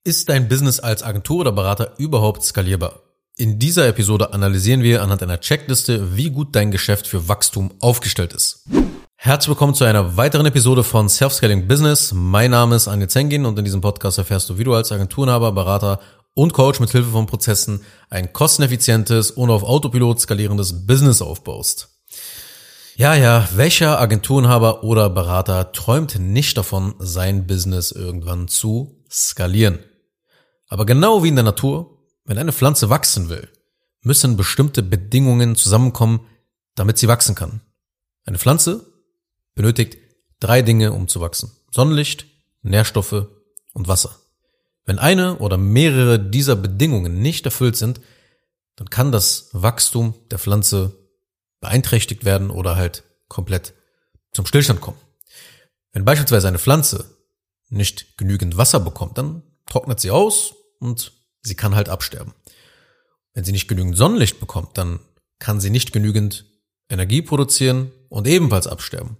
Ist dein Business als Agentur oder Berater überhaupt skalierbar? In dieser Episode analysieren wir anhand einer Checkliste, wie gut dein Geschäft für Wachstum aufgestellt ist. Herzlich willkommen zu einer weiteren Episode von Self-Scaling Business. Mein Name ist Anja Zengin und in diesem Podcast erfährst du, wie du als Agenturinhaber, Berater und Coach mit Hilfe von Prozessen ein kosteneffizientes und auf Autopilot skalierendes Business aufbaust. Ja, welcher Agenturinhaber oder Berater träumt nicht davon, sein Business irgendwann zu skalieren? Aber genau wie in der Natur, wenn eine Pflanze wachsen will, müssen bestimmte Bedingungen zusammenkommen, damit sie wachsen kann. Eine Pflanze benötigt 3 Dinge, um zu wachsen: Sonnenlicht, Nährstoffe und Wasser. Wenn eine oder mehrere dieser Bedingungen nicht erfüllt sind, dann kann das Wachstum der Pflanze beeinträchtigt werden oder halt komplett zum Stillstand kommen. Wenn beispielsweise eine Pflanze nicht genügend Wasser bekommt, dann trocknet sie aus und sie kann halt absterben. Wenn sie nicht genügend Sonnenlicht bekommt, dann kann sie nicht genügend Energie produzieren und ebenfalls absterben.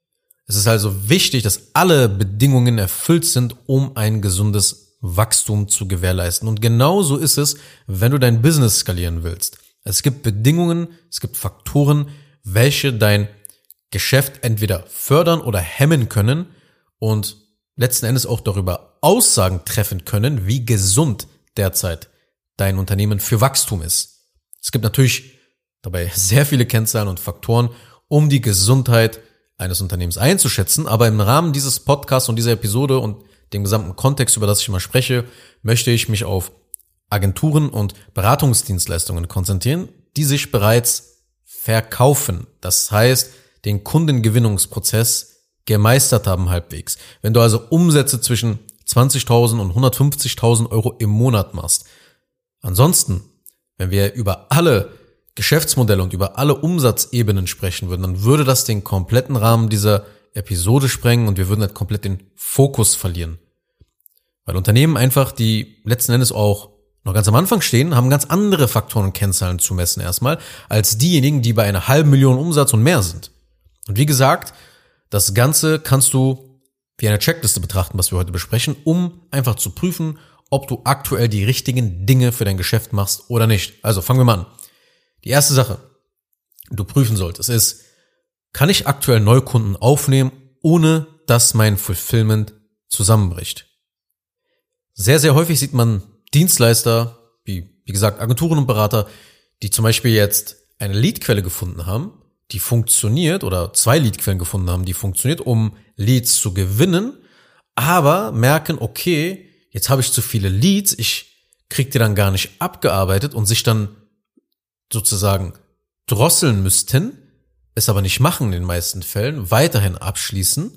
Es ist also wichtig, dass alle Bedingungen erfüllt sind, um ein gesundes Wachstum zu gewährleisten. Und genauso ist es, wenn du dein Business skalieren willst. Es gibt Bedingungen, es gibt Faktoren, welche dein Geschäft entweder fördern oder hemmen können und letzten Endes auch darüber Aussagen treffen können, wie gesund derzeit dein Unternehmen für Wachstum ist. Es gibt natürlich dabei sehr viele Kennzahlen und Faktoren, um die Gesundheit eines Unternehmens einzuschätzen, aber im Rahmen dieses Podcasts und dieser Episode und dem gesamten Kontext, über das ich immer spreche, möchte ich mich auf Agenturen und Beratungsdienstleistungen konzentrieren, die sich bereits verkaufen. Das heißt, den Kundengewinnungsprozess gemeistert haben halbwegs. Wenn du also Umsätze zwischen 20.000 und 150.000 Euro im Monat machst. Ansonsten, wenn wir über alle Geschäftsmodelle und über alle Umsatzebenen sprechen würden, dann würde das den kompletten Rahmen dieser Episode sprengen und wir würden halt komplett den Fokus verlieren. Weil Unternehmen einfach, die letzten Endes auch noch ganz am Anfang stehen, haben ganz andere Faktoren und Kennzahlen zu messen erstmal, als diejenigen, die bei einer halben Million Umsatz und mehr sind. Und wie gesagt, das Ganze kannst du wie eine Checkliste betrachten, was wir heute besprechen, um einfach zu prüfen, ob du aktuell die richtigen Dinge für dein Geschäft machst oder nicht. Also fangen wir mal an. Die erste Sache, die du prüfen solltest, ist: Kann ich aktuell Neukunden aufnehmen, ohne dass mein Fulfillment zusammenbricht? Sehr, sehr häufig sieht man Dienstleister, wie gesagt Agenturen und Berater, die zum Beispiel jetzt eine Leadquelle gefunden haben, die funktioniert, oder 2 Leadquellen gefunden haben, die funktioniert, um Leads zu gewinnen, aber merken, okay, jetzt habe ich zu viele Leads, ich krieg die dann gar nicht abgearbeitet und sich dann sozusagen drosseln müssten, es aber nicht machen in den meisten Fällen, weiterhin abschließen,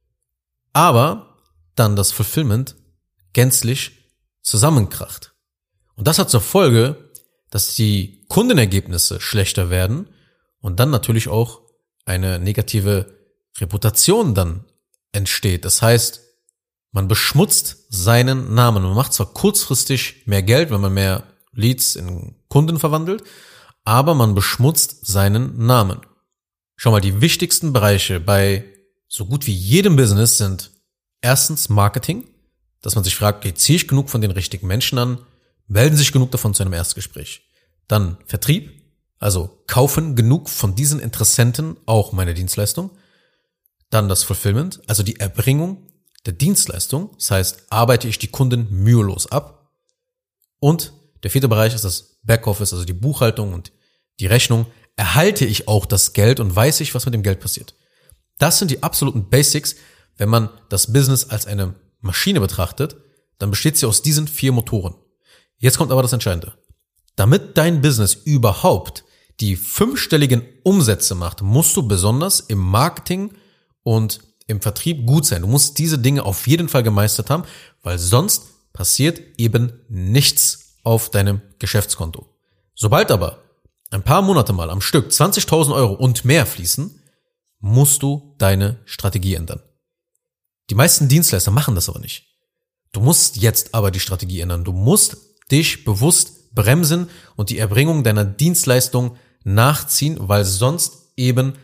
aber dann das Fulfillment gänzlich zusammenkracht. Und das hat zur Folge, dass die Kundenergebnisse schlechter werden und dann natürlich auch eine negative Reputation dann entsteht. Das heißt, man beschmutzt seinen Namen. Man macht zwar kurzfristig mehr Geld, wenn man mehr Leads in Kunden verwandelt, aber man beschmutzt seinen Namen. Schau mal, die wichtigsten Bereiche bei so gut wie jedem Business sind erstens Marketing, dass man sich fragt, okay, ziehe ich genug von den richtigen Menschen an, melden sich genug davon zu einem Erstgespräch. Dann Vertrieb, also kaufen genug von diesen Interessenten auch meine Dienstleistung. Dann das Fulfillment, also die Erbringung der Dienstleistung, das heißt, arbeite ich die Kunden mühelos ab. Und der 4. Bereich ist das Backoffice, also die Buchhaltung und die Rechnung. Erhalte ich auch das Geld und weiß ich, was mit dem Geld passiert? Das sind die absoluten Basics. Wenn man das Business als eine Maschine betrachtet, dann besteht sie aus diesen 4 Motoren. Jetzt kommt aber das Entscheidende. Damit dein Business überhaupt die 5-stelligen Umsätze macht, musst du besonders im Marketing und im Vertrieb gut sein. Du musst diese Dinge auf jeden Fall gemeistert haben, weil sonst passiert eben nichts auf deinem Geschäftskonto. Sobald aber ein paar Monate mal am Stück 20.000 Euro und mehr fließen, musst du deine Strategie ändern. Die meisten Dienstleister machen das aber nicht. Du musst jetzt aber die Strategie ändern. Du musst dich bewusst bremsen und die Erbringung deiner Dienstleistung nachziehen, weil sonst eben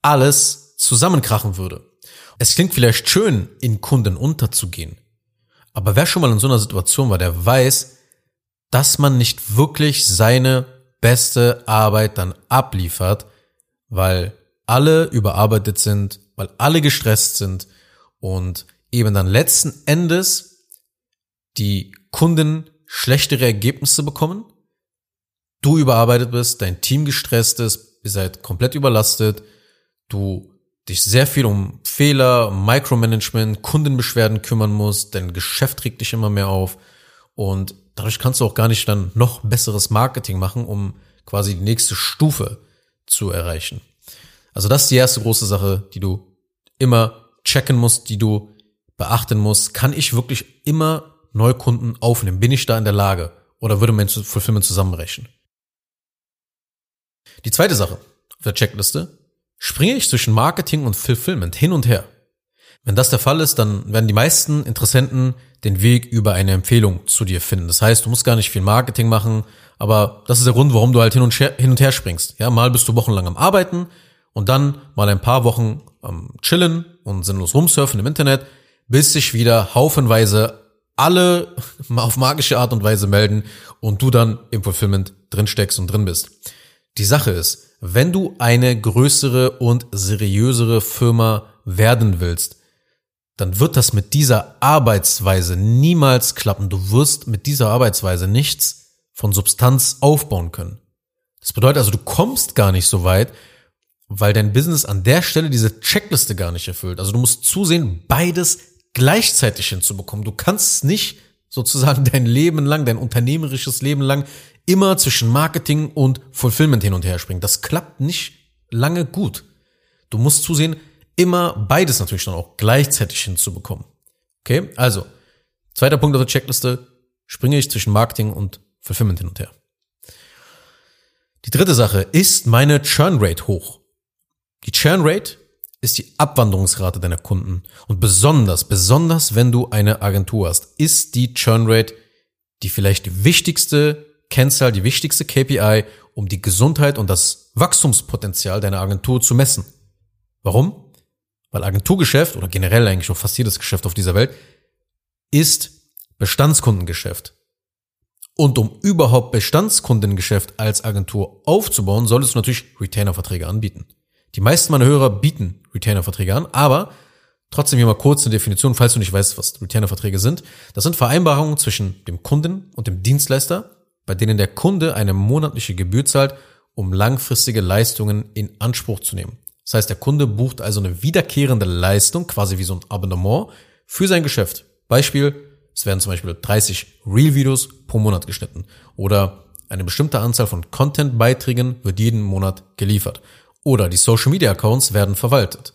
alles zusammenkrachen würde. Es klingt vielleicht schön, in Kunden unterzugehen, Aber wer schon mal in so einer Situation war, der weiß, dass man nicht wirklich seine beste Arbeit dann abliefert, weil alle überarbeitet sind, weil alle gestresst sind und eben dann letzten Endes die Kunden schlechtere Ergebnisse bekommen, du überarbeitet bist, dein Team gestresst ist, ihr seid komplett überlastet, du dich sehr viel um Fehler, Micromanagement, Kundenbeschwerden kümmern musst, dein Geschäft regt dich immer mehr auf und dadurch kannst du auch gar nicht dann noch besseres Marketing machen, um quasi die nächste Stufe zu erreichen. Also das ist die erste große Sache, die du immer checken musst, die du beachten musst. Kann ich wirklich immer Neukunden aufnehmen? Bin ich da in der Lage? Oder würde mein Fulfillment zusammenbrechen? Die zweite Sache auf der Checkliste: Springe ich zwischen Marketing und Fulfillment hin und her? Wenn das der Fall ist, dann werden die meisten Interessenten den Weg über eine Empfehlung zu dir finden. Das heißt, du musst gar nicht viel Marketing machen, aber das ist der Grund, warum du halt hin und her springst. Ja, mal bist du wochenlang am Arbeiten und dann mal ein paar Wochen am Chillen und sinnlos rumsurfen im Internet, bis sich wieder haufenweise alle auf magische Art und Weise melden und du dann im Fulfillment drin steckst und drin bist. Die Sache ist, wenn du eine größere und seriösere Firma werden willst, dann wird das mit dieser Arbeitsweise niemals klappen. Du wirst mit dieser Arbeitsweise nichts von Substanz aufbauen können. Das bedeutet also, du kommst gar nicht so weit, weil dein Business an der Stelle diese Checkliste gar nicht erfüllt. Also du musst zusehen, beides gleichzeitig hinzubekommen. Du kannst nicht sozusagen dein Leben lang, dein unternehmerisches Leben lang immer zwischen Marketing und Fulfillment hin und her springen. Das klappt nicht lange gut. Du musst zusehen, immer beides natürlich dann auch gleichzeitig hinzubekommen. Okay, also, zweiter Punkt auf der Checkliste: Springe ich zwischen Marketing und Fulfillment hin und her. Die dritte Sache: Ist meine Churn Rate hoch? Die Churn Rate ist die Abwanderungsrate deiner Kunden. Und besonders wenn du eine Agentur hast, ist die Churn Rate die vielleicht wichtigste Kennzahl, die wichtigste KPI, um die Gesundheit und das Wachstumspotenzial deiner Agentur zu messen. Warum? Weil Agenturgeschäft oder generell eigentlich auch fast jedes Geschäft auf dieser Welt ist Bestandskundengeschäft. Und um überhaupt Bestandskundengeschäft als Agentur aufzubauen, solltest du natürlich Retainer-Verträge anbieten. Die meisten meiner Hörer bieten Retainer-Verträge an, aber trotzdem hier mal kurz eine Definition, falls du nicht weißt, was Retainer-Verträge sind. Das sind Vereinbarungen zwischen dem Kunden und dem Dienstleister, bei denen der Kunde eine monatliche Gebühr zahlt, um langfristige Leistungen in Anspruch zu nehmen. Das heißt, der Kunde bucht also eine wiederkehrende Leistung, quasi wie so ein Abonnement, für sein Geschäft. Beispiel: Es werden zum Beispiel 30 Reel-Videos pro Monat geschnitten oder eine bestimmte Anzahl von Content-Beiträgen wird jeden Monat geliefert oder die Social-Media-Accounts werden verwaltet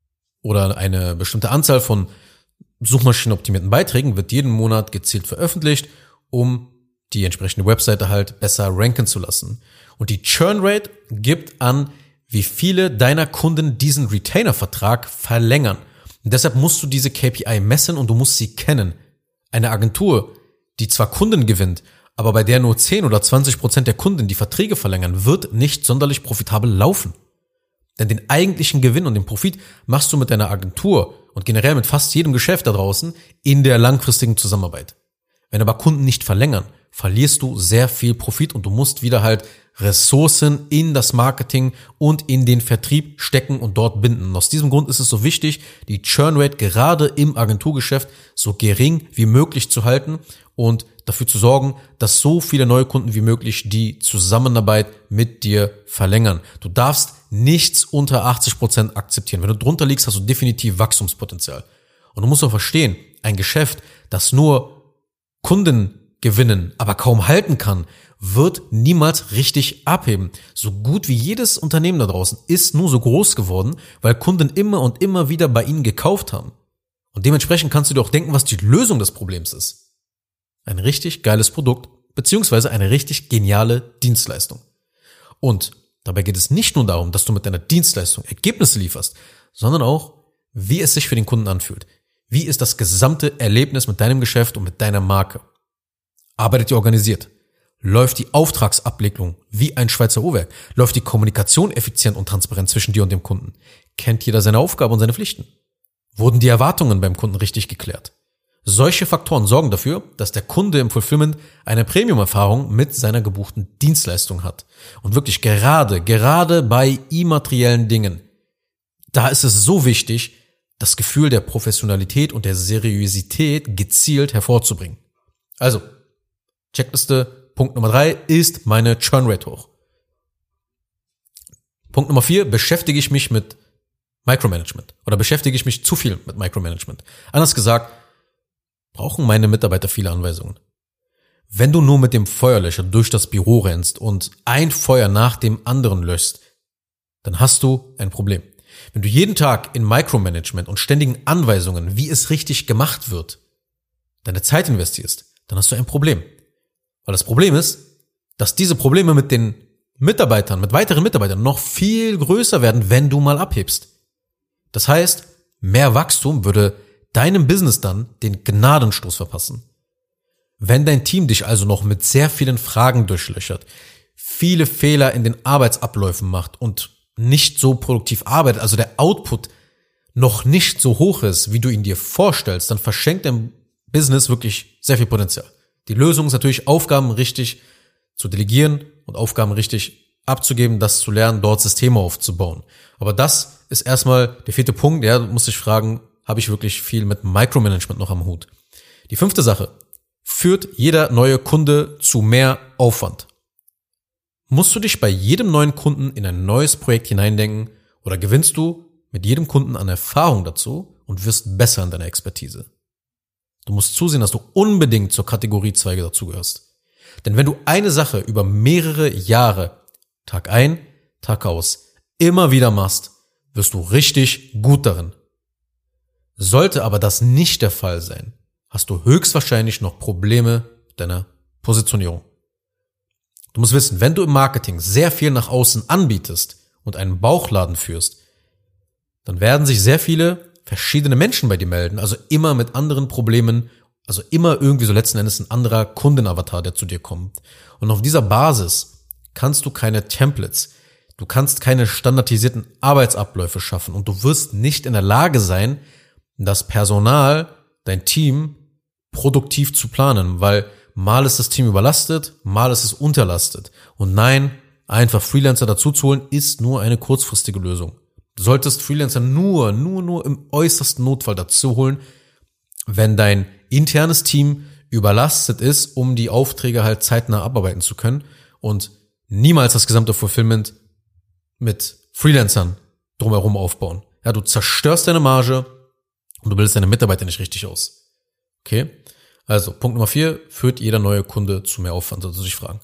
oder eine bestimmte Anzahl von suchmaschinenoptimierten Beiträgen wird jeden Monat gezielt veröffentlicht, um die entsprechende Webseite halt besser ranken zu lassen. Und die Churn Rate gibt an, wie viele deiner Kunden diesen Retainer-Vertrag verlängern. Und deshalb musst du diese KPI messen und du musst sie kennen. Eine Agentur, die zwar Kunden gewinnt, aber bei der nur 10 oder 20% der Kunden die Verträge verlängern, wird nicht sonderlich profitabel laufen. Denn den eigentlichen Gewinn und den Profit machst du mit deiner Agentur und generell mit fast jedem Geschäft da draußen in der langfristigen Zusammenarbeit. Wenn aber Kunden nicht verlängern, verlierst du sehr viel Profit und du musst wieder halt Ressourcen in das Marketing und in den Vertrieb stecken und dort binden. Und aus diesem Grund ist es so wichtig, die Churn Rate gerade im Agenturgeschäft so gering wie möglich zu halten und dafür zu sorgen, dass so viele neue Kunden wie möglich die Zusammenarbeit mit dir verlängern. Du darfst nichts unter 80% akzeptieren. Wenn du drunter liegst, hast du definitiv Wachstumspotenzial. Und du musst auch verstehen, ein Geschäft, das nur Kunden gewinnen, aber kaum halten kann, wird niemals richtig abheben. So gut wie jedes Unternehmen da draußen ist nur so groß geworden, weil Kunden immer und immer wieder bei ihnen gekauft haben. Und dementsprechend kannst du dir auch denken, was die Lösung des Problems ist. Ein richtig geiles Produkt, beziehungsweise eine richtig geniale Dienstleistung. Und dabei geht es nicht nur darum, dass du mit deiner Dienstleistung Ergebnisse lieferst, sondern auch, wie es sich für den Kunden anfühlt. Wie ist das gesamte Erlebnis mit deinem Geschäft und mit deiner Marke? Arbeitet ihr organisiert? Läuft die Auftragsabwicklung wie ein Schweizer Uhrwerk? Läuft die Kommunikation effizient und transparent zwischen dir und dem Kunden? Kennt jeder seine Aufgabe und seine Pflichten? Wurden die Erwartungen beim Kunden richtig geklärt? Solche Faktoren sorgen dafür, dass der Kunde im Fulfillment eine Premium-Erfahrung mit seiner gebuchten Dienstleistung hat. Und wirklich gerade bei immateriellen Dingen, da ist es so wichtig, das Gefühl der Professionalität und der Seriosität gezielt hervorzubringen. Also, Checkliste, Punkt Nummer 3, ist meine Churn Rate hoch? Punkt Nummer 4, beschäftige ich mich mit Micromanagement oder beschäftige ich mich zu viel mit Micromanagement? Anders gesagt, brauchen meine Mitarbeiter viele Anweisungen. Wenn du nur mit dem Feuerlöscher durch das Büro rennst und ein Feuer nach dem anderen löschst, dann hast du ein Problem. Wenn du jeden Tag in Micromanagement und ständigen Anweisungen, wie es richtig gemacht wird, deine Zeit investierst, dann hast du ein Problem. Weil das Problem ist, dass diese Probleme mit den Mitarbeitern, mit weiteren Mitarbeitern noch viel größer werden, wenn du mal abhebst. Das heißt, mehr Wachstum würde deinem Business dann den Gnadenstoß verpassen. Wenn dein Team dich also noch mit sehr vielen Fragen durchlöchert, viele Fehler in den Arbeitsabläufen macht und nicht so produktiv arbeitet, also der Output noch nicht so hoch ist, wie du ihn dir vorstellst, dann verschenkt dein Business wirklich sehr viel Potenzial. Die Lösung ist natürlich, Aufgaben richtig zu delegieren und Aufgaben richtig abzugeben, das zu lernen, dort Systeme aufzubauen. Aber das ist erstmal der 4. Punkt. Ja, du musst dich fragen, habe ich wirklich viel mit Micromanagement noch am Hut? Die 5. Sache. Führt jeder neue Kunde zu mehr Aufwand? Musst du dich bei jedem neuen Kunden in ein neues Projekt hineindenken oder gewinnst du mit jedem Kunden an Erfahrung dazu und wirst besser in deiner Expertise? Du musst zusehen, dass du unbedingt zur Kategorie 2 dazugehörst. Denn wenn du eine Sache über mehrere Jahre, Tag ein, Tag aus, immer wieder machst, wirst du richtig gut darin. Sollte aber das nicht der Fall sein, hast du höchstwahrscheinlich noch Probleme mit deiner Positionierung. Du musst wissen, wenn du im Marketing sehr viel nach außen anbietest und einen Bauchladen führst, dann werden sich sehr viele verschiedene Menschen bei dir melden, also immer mit anderen Problemen, also immer irgendwie so letzten Endes ein anderer Kundenavatar, der zu dir kommt. Und auf dieser Basis kannst du keine Templates, du kannst keine standardisierten Arbeitsabläufe schaffen und du wirst nicht in der Lage sein, das Personal, dein Team produktiv zu planen, weil mal ist das Team überlastet, mal ist es unterlastet. Und nein, einfach Freelancer dazu zu holen, ist nur eine kurzfristige Lösung. Du solltest Freelancer nur im äußersten Notfall dazu holen, wenn dein internes Team überlastet ist, um die Aufträge halt zeitnah abarbeiten zu können und niemals das gesamte Fulfillment mit Freelancern drumherum aufbauen. Ja, du zerstörst deine Marge und du bildest deine Mitarbeiter nicht richtig aus. Okay? Also, Punkt Nummer 4, führt jeder neue Kunde zu mehr Aufwand, solltest du dich fragen.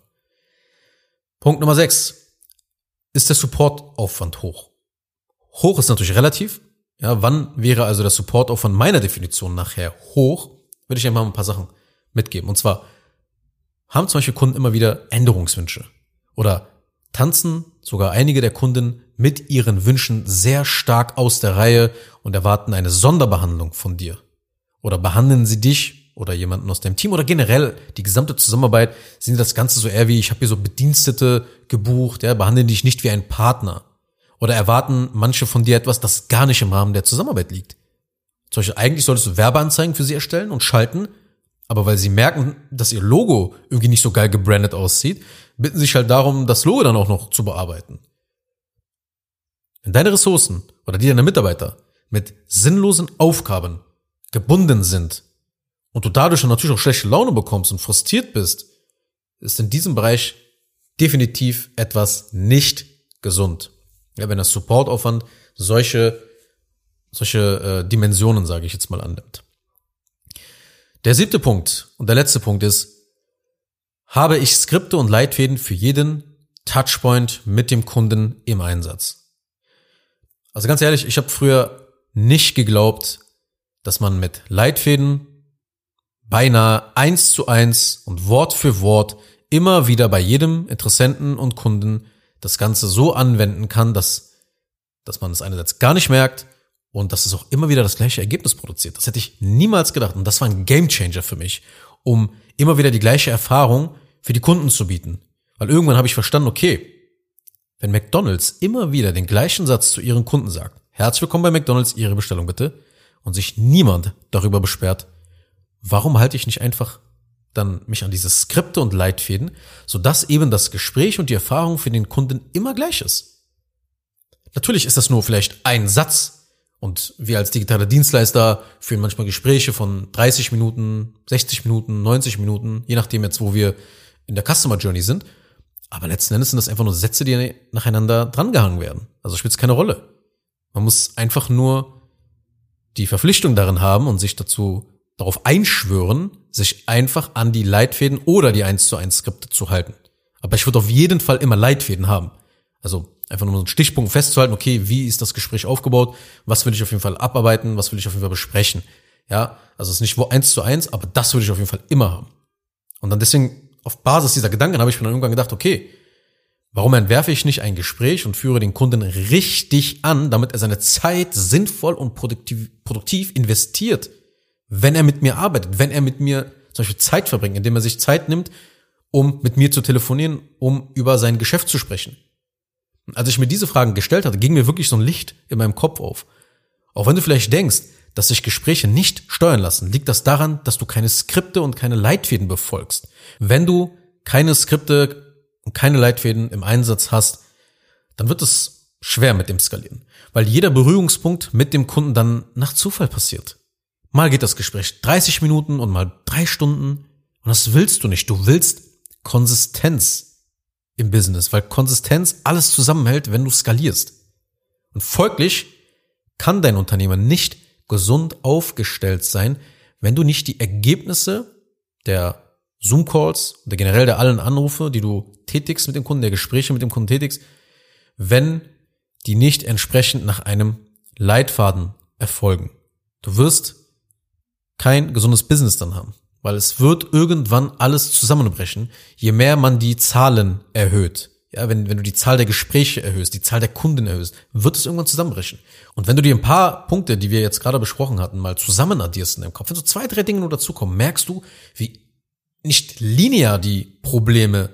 Punkt Nummer 6, ist der Supportaufwand hoch? Hoch ist natürlich relativ. Ja, wann wäre also der Supportaufwand meiner Definition nachher hoch? Würde ich einfach mal ein paar Sachen mitgeben. Und zwar haben zum Beispiel Kunden immer wieder Änderungswünsche oder tanzen sogar einige der Kunden mit ihren Wünschen sehr stark aus der Reihe und erwarten eine Sonderbehandlung von dir. Oder behandeln sie dich oder jemanden aus deinem Team oder generell die gesamte Zusammenarbeit, sehen das Ganze so eher wie, ich habe hier so Bedienstete gebucht, ja, behandeln dich nicht wie ein Partner. Oder erwarten manche von dir etwas, das gar nicht im Rahmen der Zusammenarbeit liegt. Zum Beispiel, eigentlich solltest du Werbeanzeigen für sie erstellen und schalten, aber weil sie merken, dass ihr Logo irgendwie nicht so geil gebrandet aussieht, bitten sich halt darum, das Logo dann auch noch zu bearbeiten. Wenn deine Ressourcen oder die deiner Mitarbeiter mit sinnlosen Aufgaben gebunden sind und du dadurch dann natürlich auch schlechte Laune bekommst und frustriert bist, ist in diesem Bereich definitiv etwas nicht gesund. Ja, wenn der Supportaufwand solche Dimensionen, sage ich jetzt mal, annimmt. Der 7. Punkt und der letzte Punkt ist, habe ich Skripte und Leitfäden für jeden Touchpoint mit dem Kunden im Einsatz. Also ganz ehrlich, ich habe früher nicht geglaubt, dass man mit Leitfäden beinahe 1:1 und Wort für Wort immer wieder bei jedem Interessenten und Kunden das Ganze so anwenden kann, dass man es einerseits gar nicht merkt und dass es auch immer wieder das gleiche Ergebnis produziert. Das hätte ich niemals gedacht und das war ein Gamechanger für mich, um immer wieder die gleiche Erfahrung für die Kunden zu bieten. Weil irgendwann habe ich verstanden, okay, wenn McDonald's immer wieder den gleichen Satz zu ihren Kunden sagt, herzlich willkommen bei McDonald's, Ihre Bestellung bitte, und sich niemand darüber beschwert, warum halte ich nicht einfach dann mich an diese Skripte und Leitfäden, sodass eben das Gespräch und die Erfahrung für den Kunden immer gleich ist? Natürlich ist das nur vielleicht ein Satz und wir als digitaler Dienstleister führen manchmal Gespräche von 30 Minuten, 60 Minuten, 90 Minuten, je nachdem jetzt, wo wir in der Customer Journey sind. Aber letzten Endes sind das einfach nur Sätze, die nacheinander drangehangen werden. Also spielt es keine Rolle. Man muss einfach nur die Verpflichtung darin haben und sich darauf einschwören, sich einfach an die Leitfäden oder die 1:1 Skripte zu halten. Aber ich würde auf jeden Fall immer Leitfäden haben. Also einfach nur so einen Stichpunkt festzuhalten, okay, wie ist das Gespräch aufgebaut, was will ich auf jeden Fall abarbeiten, was will ich auf jeden Fall besprechen. Ja, also es ist nicht 1:1, aber das würde ich auf jeden Fall immer haben. Und dann deswegen, auf Basis dieser Gedanken habe ich mir dann irgendwann gedacht, okay, warum entwerfe ich nicht ein Gespräch und führe den Kunden richtig an, damit er seine Zeit sinnvoll und produktiv investiert, wenn er mit mir arbeitet, wenn er mit mir zum Beispiel Zeit verbringt, indem er sich Zeit nimmt, um mit mir zu telefonieren, um über sein Geschäft zu sprechen. Und als ich mir diese Fragen gestellt hatte, ging mir wirklich so ein Licht in meinem Kopf auf. Auch wenn du vielleicht denkst, dass sich Gespräche nicht steuern lassen, liegt das daran, dass du keine Skripte und keine Leitfäden befolgst. Wenn du keine Skripte und keine Leitfäden im Einsatz hast, dann wird es schwer mit dem Skalieren, weil jeder Berührungspunkt mit dem Kunden dann nach Zufall passiert. Mal geht das Gespräch 30 Minuten und mal 3 Stunden und das willst du nicht. Du willst Konsistenz im Business, weil Konsistenz alles zusammenhält, wenn du skalierst. Und folglich kann dein Unternehmen nicht gesund aufgestellt sein, wenn du nicht die Ergebnisse der Zoom-Calls oder generell der allen Anrufe, die du tätigst mit dem Kunden, der Gespräche mit dem Kunden tätigst, wenn die nicht entsprechend nach einem Leitfaden erfolgen. Du wirst kein gesundes Business dann haben, weil es wird irgendwann alles zusammenbrechen, je mehr man die Zahlen erhöht. Ja, wenn du die Zahl der Gespräche erhöhst, die Zahl der Kunden erhöhst, wird es irgendwann zusammenbrechen. Und wenn du dir ein paar Punkte, die wir jetzt gerade besprochen hatten, mal zusammen addierst in deinem Kopf, wenn so 2, 3 Dinge nur dazukommen, merkst du, wie nicht linear die Probleme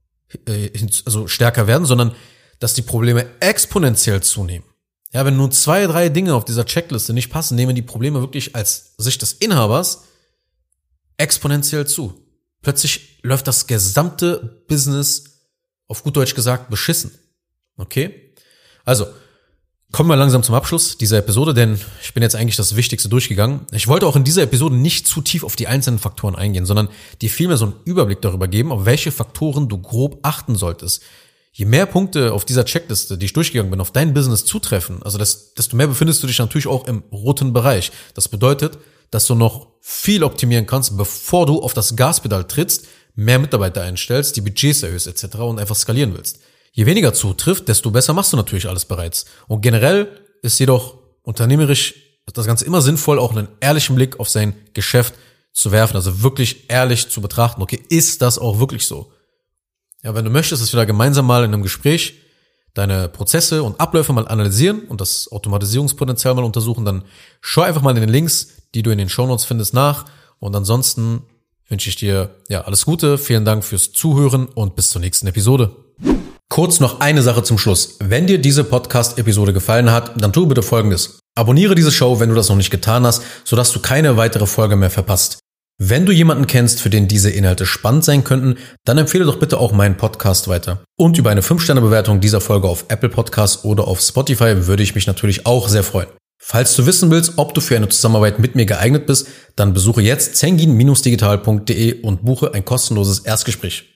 also stärker werden, sondern dass die Probleme exponentiell zunehmen. Ja, wenn nur 2, 3 Dinge auf dieser Checkliste nicht passen, nehmen die Probleme wirklich aus Sicht des Inhabers exponentiell zu. Plötzlich läuft das gesamte Business, auf gut Deutsch gesagt, beschissen. Okay? Also, kommen wir langsam zum Abschluss dieser Episode, denn ich bin jetzt eigentlich das Wichtigste durchgegangen. Ich wollte auch in dieser Episode nicht zu tief auf die einzelnen Faktoren eingehen, sondern dir vielmehr so einen Überblick darüber geben, auf welche Faktoren du grob achten solltest. Je mehr Punkte auf dieser Checkliste, die ich durchgegangen bin, auf dein Business zutreffen, also desto mehr befindest du dich natürlich auch im roten Bereich. Das bedeutet, dass du noch viel optimieren kannst, bevor du auf das Gaspedal trittst, mehr Mitarbeiter einstellst, die Budgets erhöhst etc. und einfach skalieren willst. Je weniger zutrifft, desto besser machst du natürlich alles bereits. Und generell ist jedoch unternehmerisch das Ganze immer sinnvoll, auch einen ehrlichen Blick auf sein Geschäft zu werfen, also wirklich ehrlich zu betrachten, okay, ist das auch wirklich so? Ja, wenn du möchtest, dass wir da gemeinsam mal in einem Gespräch deine Prozesse und Abläufe mal analysieren und das Automatisierungspotenzial mal untersuchen, dann schau einfach mal in den Links, die du in den Shownotes findest, nach. Und ansonsten wünsche ich dir alles Gute, vielen Dank fürs Zuhören und bis zur nächsten Episode. Kurz noch eine Sache zum Schluss. Wenn dir diese Podcast-Episode gefallen hat, dann tu bitte Folgendes. Abonniere diese Show, wenn du das noch nicht getan hast, sodass du keine weitere Folge mehr verpasst. Wenn du jemanden kennst, für den diese Inhalte spannend sein könnten, dann empfehle doch bitte auch meinen Podcast weiter. Und über eine 5-Sterne-Bewertung dieser Folge auf Apple Podcasts oder auf Spotify würde ich mich natürlich auch sehr freuen. Falls du wissen willst, ob du für eine Zusammenarbeit mit mir geeignet bist, dann besuche jetzt zengin-digital.de und buche ein kostenloses Erstgespräch.